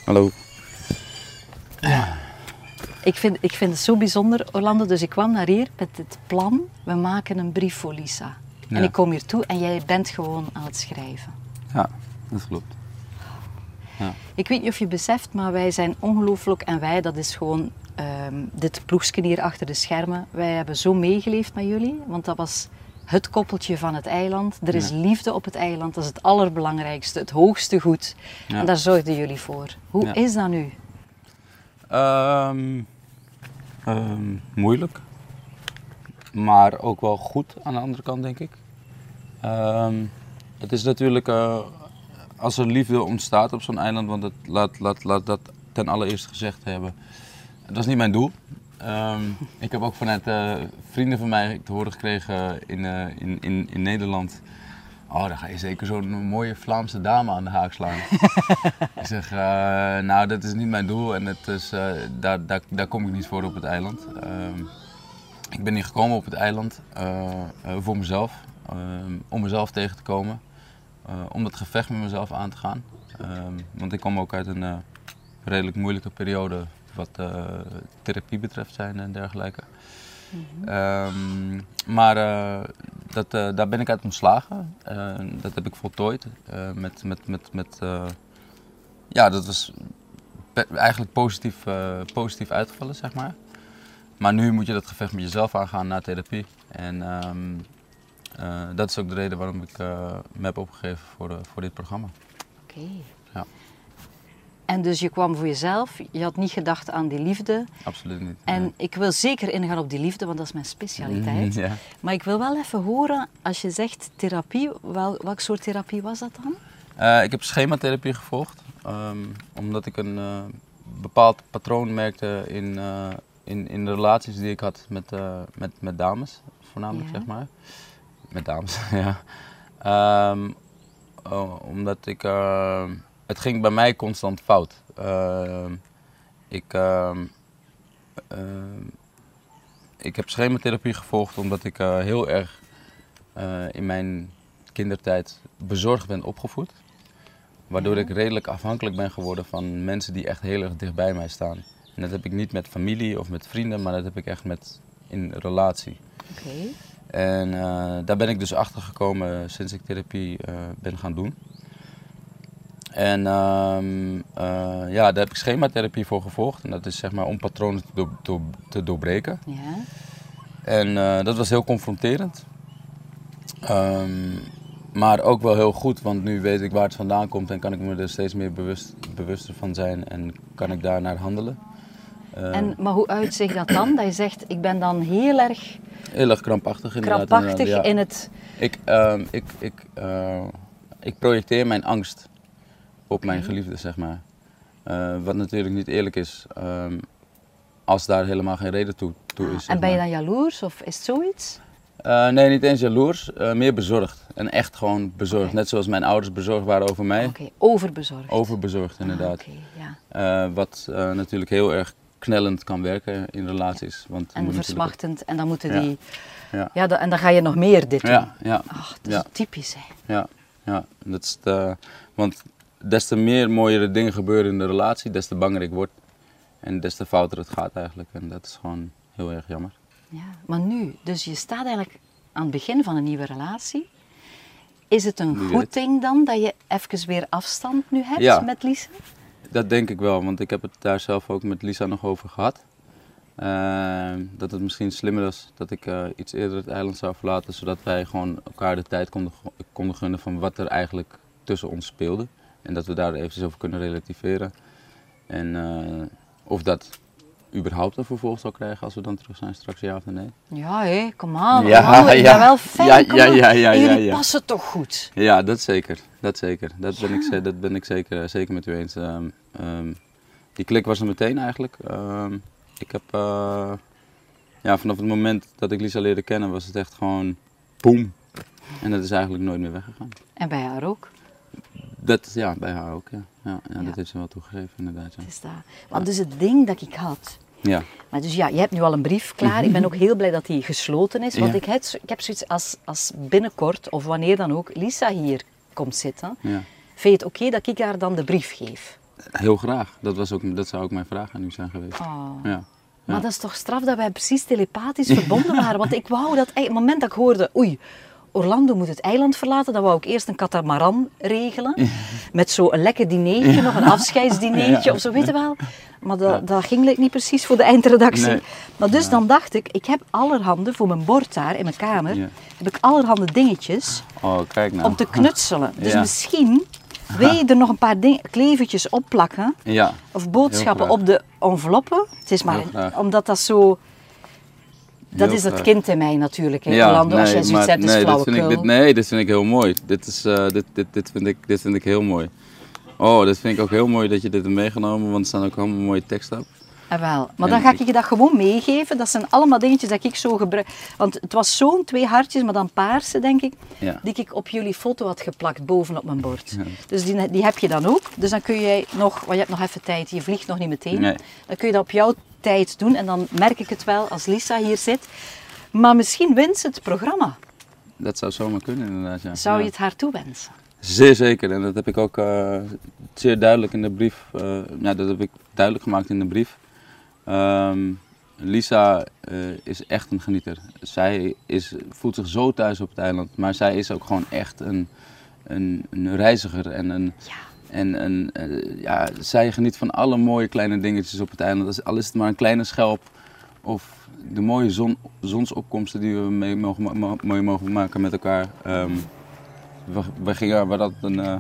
Hallo. Ik vind het zo bijzonder, Orlando, dus ik kwam naar hier met het plan, we maken een brief voor Lisa. Ja. En ik kom hier toe en jij bent gewoon aan het schrijven. Ja, dat klopt. Ja. Ik weet niet of je beseft, maar wij zijn ongelooflijk, en wij, dat is gewoon dit ploegje hier achter de schermen. Wij hebben zo meegeleefd met jullie, want dat was het koppeltje van het eiland. Er is liefde op het eiland, dat is het allerbelangrijkste, het hoogste goed. Ja. En daar zorgden jullie voor. Hoe is dat nu? Moeilijk, maar ook wel goed aan de andere kant, denk ik. Het is natuurlijk, als er liefde ontstaat op zo'n eiland, want laat dat ten allereerste gezegd hebben, dat is niet mijn doel. Ik heb ook vanuit vrienden van mij te horen gekregen in Nederland, oh, dan ga je zeker zo'n mooie Vlaamse dame aan de haak slaan. Ik zeg, nou, dat is niet mijn doel en het is, daar kom ik niet voor op het eiland. Ik ben hier gekomen op het eiland voor mezelf, om mezelf tegen te komen, om dat gevecht met mezelf aan te gaan. Want ik kom ook uit een redelijk moeilijke periode wat therapie betreft zijn en dergelijke. Maar daar ben ik uit ontslagen. Dat heb ik voltooid. Ja, dat was eigenlijk positief uitgevallen, zeg maar. Maar nu moet je dat gevecht met jezelf aangaan na therapie. En dat is ook de reden waarom ik me heb opgegeven voor dit programma. Oké. Ja. En dus je kwam voor jezelf, je had niet gedacht aan die liefde. Absoluut niet. En nee. Ik wil zeker ingaan op die liefde, want dat is mijn specialiteit. Ja. Maar ik wil wel even horen, als je zegt therapie, welk soort therapie was dat dan? Ik heb schematherapie gevolgd, omdat ik een bepaald patroon merkte in de relaties die ik had met dames, voornamelijk, zeg maar. Met dames, ja. Omdat ik... het ging bij mij constant fout. Ik heb schematherapie gevolgd omdat ik heel erg in mijn kindertijd bezorgd ben opgevoed. Waardoor ik redelijk afhankelijk ben geworden van mensen die echt heel erg dicht bij mij staan. En dat heb ik niet met familie of met vrienden, maar dat heb ik echt in relatie. Okay. En daar ben ik dus achter gekomen sinds ik therapie ben gaan doen. En daar heb ik schematherapie voor gevolgd. En dat is, zeg maar, om patronen te doorbreken. Ja. En dat was heel confronterend. Maar ook wel heel goed, want nu weet ik waar het vandaan komt en kan ik me er steeds meer bewuster van zijn en kan ik daar naar handelen. Maar hoe uitzicht dat dan? Dat je zegt, ik ben dan heel erg krampachtig inderdaad. Ja. In het... Ik projecteer mijn angst op mijn geliefde, zeg maar. Wat natuurlijk niet eerlijk is, als daar helemaal geen reden toe is. En ben je dan jaloers of is het zoiets? Nee, niet eens jaloers, meer bezorgd. En echt gewoon bezorgd. Okay. Net zoals mijn ouders bezorgd waren over mij. Oké, overbezorgd. Overbezorgd, inderdaad. Ja. Wat natuurlijk heel erg knellend kan werken in relaties. Want en versmachtend. En dan moeten die... Ja, en dan ga je nog meer dit doen. Ja. Ach, dat is typisch, hè. Ja. Dat is want des te meer mooiere dingen gebeuren in de relatie, des te banger ik word. En des te fouter het gaat eigenlijk. En dat is gewoon heel erg jammer. Ja, maar nu, dus je staat eigenlijk aan het begin van een nieuwe relatie. Is het een goed ding dan, dat je even weer afstand nu hebt met Lisa? Dat denk ik wel, want ik heb het daar zelf ook met Lisa nog over gehad. Dat het misschien slimmer was dat ik iets eerder het eiland zou verlaten, zodat wij gewoon elkaar de tijd konden gunnen van wat er eigenlijk tussen ons speelde. En dat we daar eventjes over kunnen relativeren. En of dat überhaupt een vervolg zou krijgen als we dan terug zijn straks, ja of nee? Ja, hé, kom aan. Ja, ik ben wel fan. Ja. Jullie passen toch goed? Ja, dat zeker. Dat ben ik zeker met u eens. Die klik was er meteen eigenlijk. Ik heb, vanaf het moment dat ik Lisa leerde kennen was het echt gewoon boem. En dat is eigenlijk nooit meer weggegaan. En bij haar ook? Bij haar ook, ja. Dat heeft ze wel toegegeven, inderdaad. Ja. Het is dat. Want dus het ding dat ik had. Ja. Maar dus ja, je hebt nu al een brief klaar. Ik ben ook heel blij dat die gesloten is. Want ik heb zoiets als binnenkort, of wanneer dan ook, Lisa hier komt zitten. Ja. Vind je het oké dat ik haar dan de brief geef? Heel graag. Dat zou ook mijn vraag aan u zijn geweest. Oh. Ja. Maar dat is toch straf dat wij precies telepathisch verbonden waren. Want ik wou dat, op het moment dat ik hoorde, oei, Orlando moet het eiland verlaten, dan wou ik eerst een catamaran regelen. Met zo'n lekker dineetje, nog een afscheidsdineetje of zo, weet je wel. Maar dat ging niet precies voor de eindredactie. Nee. Maar dus dan dacht ik heb allerhande, voor mijn bord daar in mijn kamer, heb ik allerhande dingetjes Oh, kijk nou. om te knutselen. Dus Ja. misschien wil je er nog een paar klevertjes op plakken. Ja. Of boodschappen Heel op de enveloppen. Het is maar Heel graag. omdat dat zo... Dat Heel is het graag. kind in mij natuurlijk. Hè. Ja, Orlando, als jij zoiets hebt, is flauwekul. dit vind ik heel mooi. Dit vind ik heel mooi. Oh, dat vind ik ook heel mooi dat je dit hebt meegenomen, want er staan ook allemaal mooie teksten op. Ah, wel. Maar En dan ga ik je dat gewoon meegeven. Dat zijn allemaal dingetjes dat ik zo gebruik. Want het was zo'n 2 hartjes, maar dan paarse, denk ik, Ja. die ik op jullie foto had geplakt bovenop mijn bord. Ja. Dus die heb je dan ook. Dus dan kun jij nog, want je hebt nog even tijd, je vliegt nog niet meteen. Nee. Dan kun je dat op jouw tijd doen en dan merk ik het wel als Lisa hier zit. Maar misschien wint ze het programma. Dat zou zomaar kunnen inderdaad, ja. Zou Ja. je het haar toewensen? Zeer zeker, en dat heb ik ook zeer duidelijk in de brief, dat heb ik duidelijk gemaakt in de brief. Lisa is echt een genieter. Zij voelt zich zo thuis op het eiland, maar zij is ook gewoon echt een reiziger. Zij geniet van alle mooie kleine dingetjes op het eiland. Al is het maar een kleine schelp of de mooie zonsopkomsten die we mee mogen maken met elkaar. We gingen, waar dat een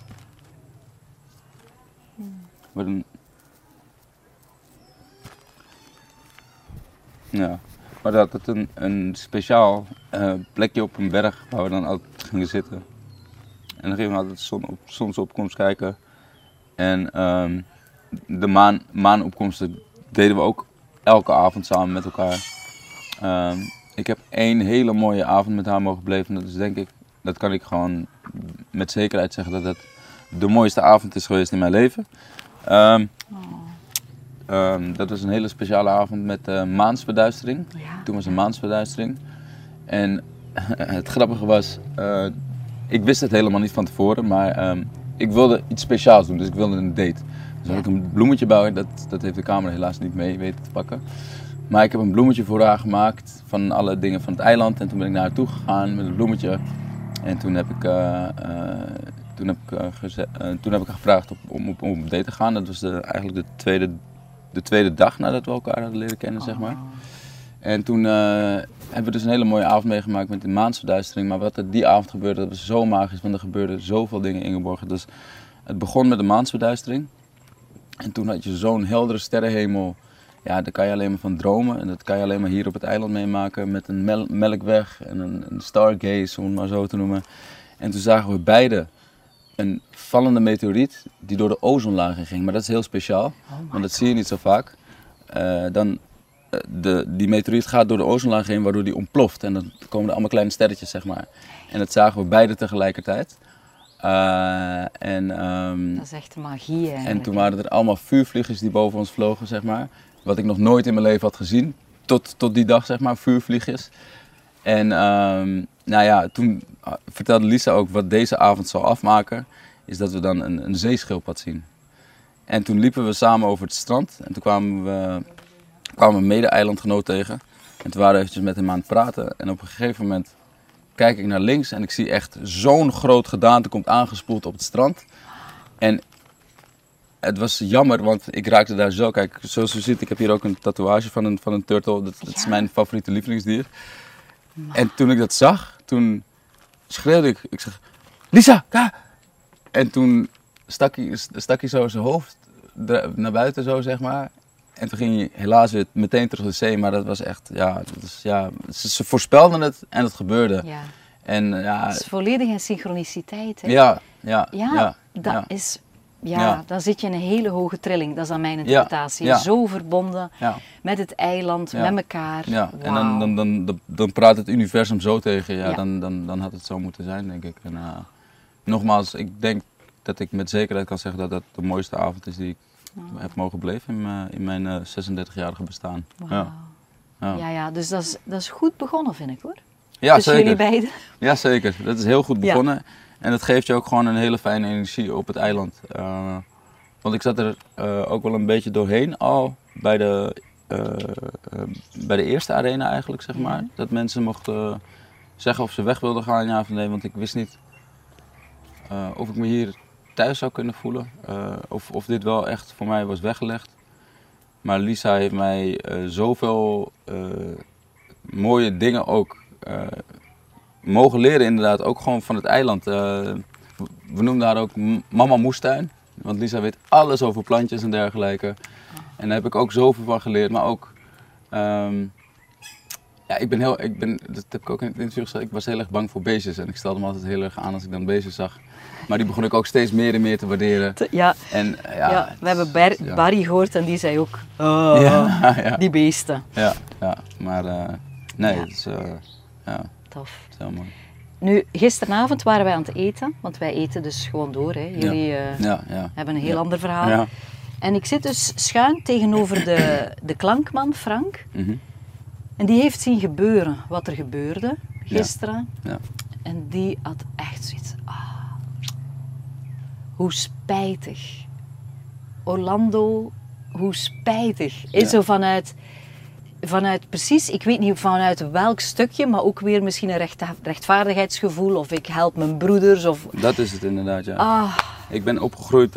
ja, maar dat het een speciaal plekje op een berg waar we dan altijd gingen zitten. En dan gingen we altijd zonsopkomst kijken. En de maanopkomsten deden we ook elke avond samen met elkaar. Ik heb 1 hele mooie avond met haar mogen beleven. Dat is denk ik, dat kan ik gewoon met zekerheid zeggen dat het de mooiste avond is geweest in mijn leven. Dat was een hele speciale avond met maansverduistering. Ja. Toen was een maansverduistering. En het grappige was, ik wist het helemaal niet van tevoren, maar ik wilde iets speciaals doen, dus ik wilde een date. Dus had ik een bloemetje bouwen, dat heeft de camera helaas niet mee weten te pakken. Maar ik heb een bloemetje voor haar gemaakt van alle dingen van het eiland en toen ben ik naar haar toe gegaan met het bloemetje. En toen heb ik haar gevraagd om op date te gaan. Dat was eigenlijk de tweede dag nadat we elkaar hadden leren kennen, zeg maar. En toen hebben we dus een hele mooie avond meegemaakt met de maansverduistering. Maar wat er die avond gebeurde, dat was zo magisch, want er gebeurden zoveel dingen in Ingeborg. Dus het begon met de maansverduistering. En toen had je zo'n heldere sterrenhemel. Ja, daar kan je alleen maar van dromen. En dat kan je alleen maar hier op het eiland meemaken met een melkweg en een stargaze, om het maar zo te noemen. En toen zagen we beide een vallende meteoriet die door de ozonlaag ging. Maar dat is heel speciaal, want dat zie je niet zo vaak. Die meteoriet gaat door de ozonlaag heen, waardoor die ontploft. En dan komen er allemaal kleine sterretjes, zeg maar. En dat zagen we beide tegelijkertijd. Dat is echt magie eigenlijk. En toen waren er allemaal vuurvliegers die boven ons vlogen, zeg maar. Wat ik nog nooit in mijn leven had gezien. Tot die dag, zeg maar, vuurvliegers. En toen vertelde Lisa ook wat deze avond zou afmaken. Is dat we dan een zeeschildpad zien. En toen liepen we samen over het strand. En toen kwamen we een mede-eilandgenoot tegen. En toen waren we eventjes met hem aan het praten. En op een gegeven moment kijk ik naar links en ik zie echt zo'n groot gedaante komt aangespoeld op het strand. En het was jammer, want ik raakte daar zo. Kijk, zoals u ziet, ik heb hier ook een tatoeage van een turtle. Dat is mijn favoriete lievelingsdier. En toen ik dat zag, toen schreeuwde ik. Ik zeg, Lisa, ga! En toen stak hij zo zijn hoofd naar buiten, zo zeg maar. En toen ging hij helaas weer meteen terug de zee, maar dat was echt, ze voorspelden het en het gebeurde. Ja. En, het is volledig in synchroniciteit. Hè? Dan zit je in een hele hoge trilling, dat is aan mijn interpretatie. Ja. Zo verbonden met het eiland, met elkaar. Ja. Wow. En dan praat het universum zo tegen je, dan had het zo moeten zijn, denk ik. En nogmaals, ik denk dat ik met zekerheid kan zeggen dat dat de mooiste avond is die ik heb mogen beleven in mijn 36-jarige bestaan. Wow. Ja, dus dat is goed begonnen, vind ik hoor. Ja, tussen zeker. jullie beiden. Ja, zeker. Dat is heel goed begonnen. En dat geeft je ook gewoon een hele fijne energie op het eiland. Want ik zat er ook wel een beetje doorheen al bij de eerste arena eigenlijk, zeg maar. Dat mensen mochten zeggen of ze weg wilden gaan, ja of nee. Want ik wist niet of ik me hier thuis zou kunnen voelen. Of dit wel echt voor mij was weggelegd. Maar Lisa heeft mij zoveel mooie dingen ook mogen leren inderdaad. Ook gewoon van het eiland. We noemden haar ook Mama Moestuin. Want Lisa weet alles over plantjes en dergelijke. En daar heb ik ook zoveel van geleerd. Maar ook, ja, dat heb ik ook in het interview gezegd, ik was heel erg bang voor beestjes. En ik stelde me altijd heel erg aan als ik dan beestjes zag. Maar die begon ik ook steeds meer en meer te waarderen. Ja, en, ja we hebben Barry gehoord en die zei ook, die beesten. Ja, maar nee, Ja. het is, Tof. het is heel mooi. Nu, gisteravond waren wij aan het eten, want wij eten dus gewoon door. Hè. Jullie hebben een heel ander verhaal. Ja. En ik zit dus schuin tegenover de klankman, Frank. Mhm. En die heeft zien gebeuren wat er gebeurde gisteren. Ja. En die had echt zoiets. Hoe spijtig. Orlando, hoe spijtig. Ja. Zo vanuit precies, ik weet niet vanuit welk stukje, maar ook weer misschien een rechtvaardigheidsgevoel. Of ik help mijn broeders. Of... Dat is het inderdaad, ja. Ik ben opgegroeid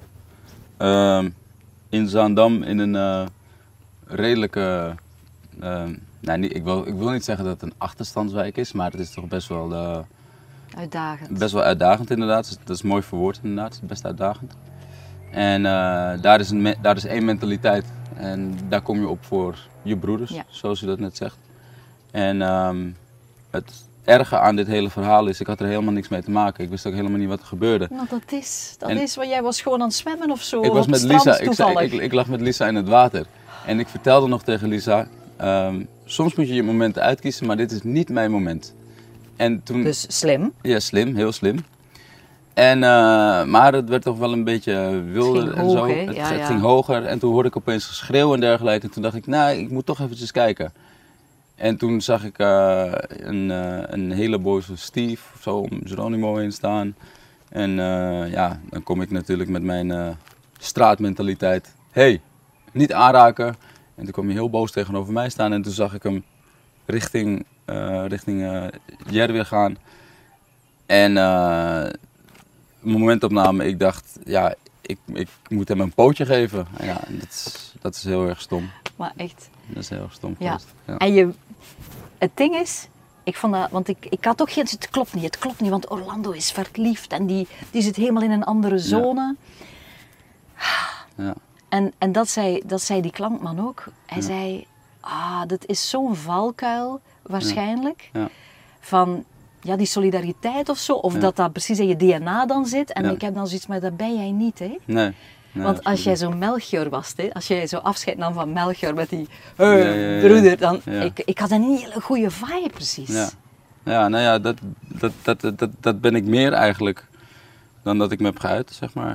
in Zaandam in een redelijke... ik wil niet zeggen dat het een achterstandswijk is, maar het is toch best wel... Uitdagend. Best wel uitdagend inderdaad, dat is mooi verwoord inderdaad, het is best uitdagend. En daar is één mentaliteit en daar kom je op voor je broeders, zoals u dat net zegt. En het erge aan dit hele verhaal is, ik had er helemaal niks mee te maken, ik wist ook helemaal niet wat er gebeurde. Nou, dat is, want jij was gewoon aan het zwemmen of zo. Ik was op met strand, Lisa, ik lag met Lisa in het water en ik vertelde nog tegen Lisa, soms moet je je momenten uitkiezen, maar dit is niet mijn moment. En toen, dus slim. Ja, slim, heel slim. En, maar het werd toch wel een beetje wilder en zo. Het ging hoger en toen hoorde ik opeens geschreeuw en dergelijke. En toen dacht ik, ik moet toch eventjes kijken. En toen zag ik een hele boze Steve of zo om Geronimo heen staan. En dan kom ik natuurlijk met mijn straatmentaliteit. Hey, niet aanraken. En toen kwam hij heel boos tegenover mij staan en toen zag ik hem richting Jerwin gaan. En momentopname, ik dacht, ik moet hem een pootje geven. En ja, dat is heel erg stom. Maar echt. Dat is heel erg stom. Ja. Ja. En het ding is, ik vond dat, want ik had ook geen, het klopt niet, want Orlando is verliefd en die zit helemaal in een andere zone. Ja. En dat zei die klankman ook. Hij zei, dit is zo'n valkuil waarschijnlijk, van die solidariteit of zo, of dat precies in je DNA dan zit. En ik heb dan zoiets, maar dat ben jij niet, hè? Nee. Want als jij zo Melchior was, hè, als jij zo afscheid nam van Melchior met die broeder, dan ik had een hele goede vibe precies. Ja, nou ja, dat ben ik meer eigenlijk dan dat ik me heb geuit, zeg maar.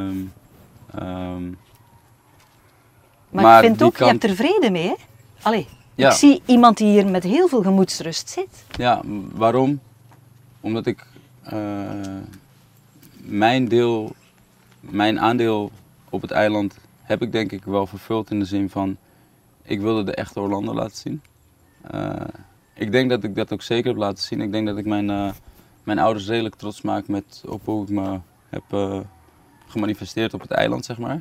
Maar ik vind ook, je hebt er vrede mee, hè? Allee, ik zie iemand die hier met heel veel gemoedsrust zit. Ja, waarom? Omdat ik mijn aandeel op het eiland heb ik denk ik wel vervuld in de zin van, ik wilde de echte Orlando laten zien. Ik denk dat ik dat ook zeker heb laten zien. Ik denk dat ik mijn ouders redelijk trots maak op hoe ik me heb gemanifesteerd op het eiland, zeg maar.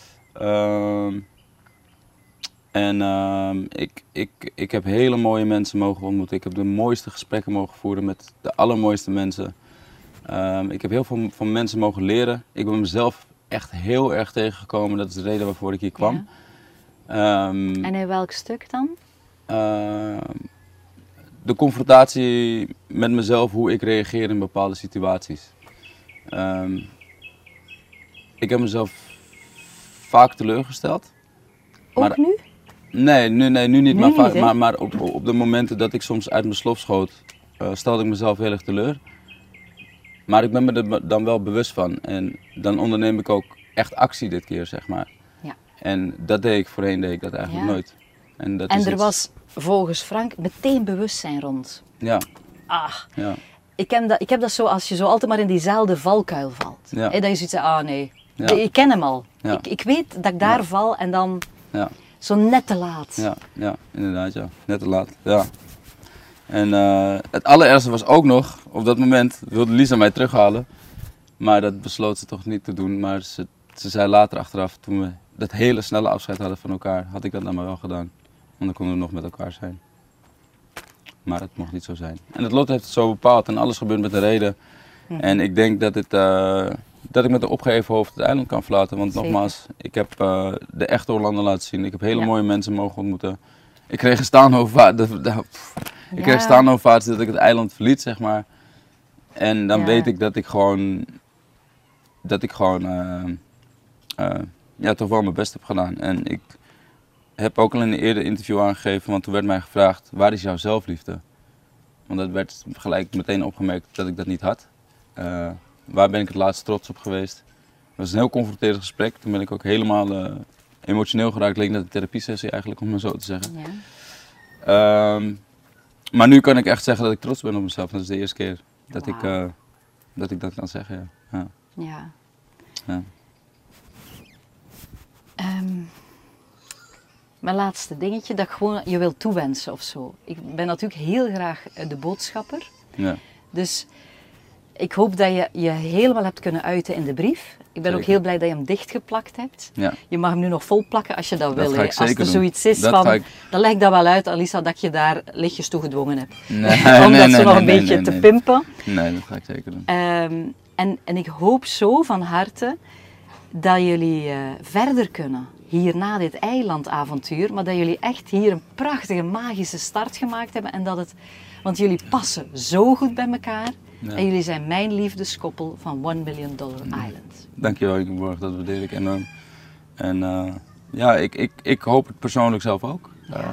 Ik heb hele mooie mensen mogen ontmoeten. Ik heb de mooiste gesprekken mogen voeren met de allermooiste mensen. Ik heb heel veel van mensen mogen leren. Ik ben mezelf echt heel erg tegengekomen. Dat is de reden waarvoor ik hier kwam. Ja. En in welk stuk dan? De confrontatie met mezelf, hoe ik reageer in bepaalde situaties. Ik heb mezelf vaak teleurgesteld. Ook nu? Nee, nu niet. Nu maar op de momenten dat ik soms uit mijn slof schoot, stelde ik mezelf heel erg teleur. Maar ik ben me er dan wel bewust van. En dan onderneem ik ook echt actie dit keer, zeg maar. Ja. En dat voorheen deed ik dat eigenlijk nooit. En er was volgens Frank meteen bewustzijn rond. Ja. Ja. Ik heb dat zo, als je zo altijd maar in diezelfde valkuil valt. Ja. Dat je zoiets zegt, nee. Ja. Ik ken hem al. Ja. Ik weet dat ik daar val en dan Ja. zo net te laat. Ja, inderdaad, ja. Net te laat, ja. En het allerergste was ook nog, op dat moment wilde Lisa mij terughalen. Maar dat besloot ze toch niet te doen. Maar ze zei later achteraf, toen we dat hele snelle afscheid hadden van elkaar, had ik dat dan maar wel gedaan. Want dan konden we nog met elkaar zijn. Maar het mocht niet zo zijn. En het lot heeft het zo bepaald en alles gebeurt met een reden. En ik denk dat ik met een opgeheven hoofd het eiland kan verlaten. Want Zeker. nogmaals, ik heb de echte Orlando laten zien. Ik heb hele mooie mensen mogen ontmoeten. Ik kreeg een staande ovatie dat ik het eiland verliet, zeg maar. En dan weet ik dat ik gewoon toch wel mijn best heb gedaan. En ik heb ook al in een eerder interview aangegeven, want toen werd mij gevraagd, waar is jouw zelfliefde? Want dat werd gelijk meteen opgemerkt dat ik dat niet had. Waar ben ik het laatst trots op geweest? Het was een heel confronterend gesprek. Toen ben ik ook helemaal emotioneel geraakt. Het leek net een therapiesessie eigenlijk, om maar zo te zeggen. Ja. Maar nu kan ik echt zeggen dat ik trots ben op mezelf. Dat is de eerste keer dat ik dat kan zeggen. Ja. Ja. Ja. Mijn laatste dingetje, dat ik gewoon je wil toewensen of zo. Ik ben natuurlijk heel graag de boodschapper. Ja. Dus ik hoop dat je je helemaal hebt kunnen uiten in de brief. Ik ben ook Zeker. heel blij dat je hem dichtgeplakt hebt. Ja. Je mag hem nu nog vol plakken als je dat wil. ga Hè. ik Als zeker er doen. zoiets is Dat van, ga ik- dan leg ik dat wel uit, Alisa, dat ik je daar lichtjes toe gedwongen heb. Nee, Om dat zo nog nee, een beetje te nee. pimpen. Nee, dat ga ik zeker doen. En ik hoop zo van harte dat jullie verder kunnen. Hier na dit eilandavontuur, maar dat jullie echt hier een prachtige magische start gemaakt hebben. En dat het, want jullie passen zo goed bij elkaar. Ja. En jullie zijn mijn liefdeskoppel van $1 Million Island. Dankjewel Ingeborg, dat waardeer ik enorm. En ik hoop het persoonlijk zelf ook.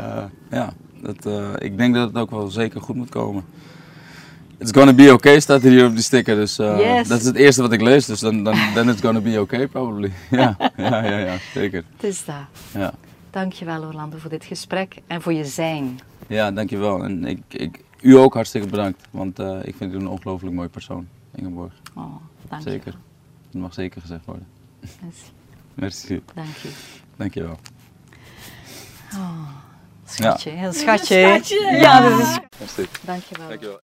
Ik denk dat het ook wel zeker goed moet komen. It's gonna be okay staat er hier op die sticker, dus Yes. dat is het eerste wat ik lees, dus dan it's gonna be okay probably. Ja, zeker. Het is dat. Ja. Dankjewel Orlando voor dit gesprek en voor je zijn. Ja, dankjewel. En u ook hartstikke bedankt, want ik vind u een ongelooflijk mooi persoon, Ingeborg. Oh, dank je. Zeker. Dat mag zeker gezegd worden. Merci. Merci. Dank je. Dankjewel. Schatje, Ja. heel schatje. Schatje, Ja, dat is... Merci. Dankjewel. Dankjewel.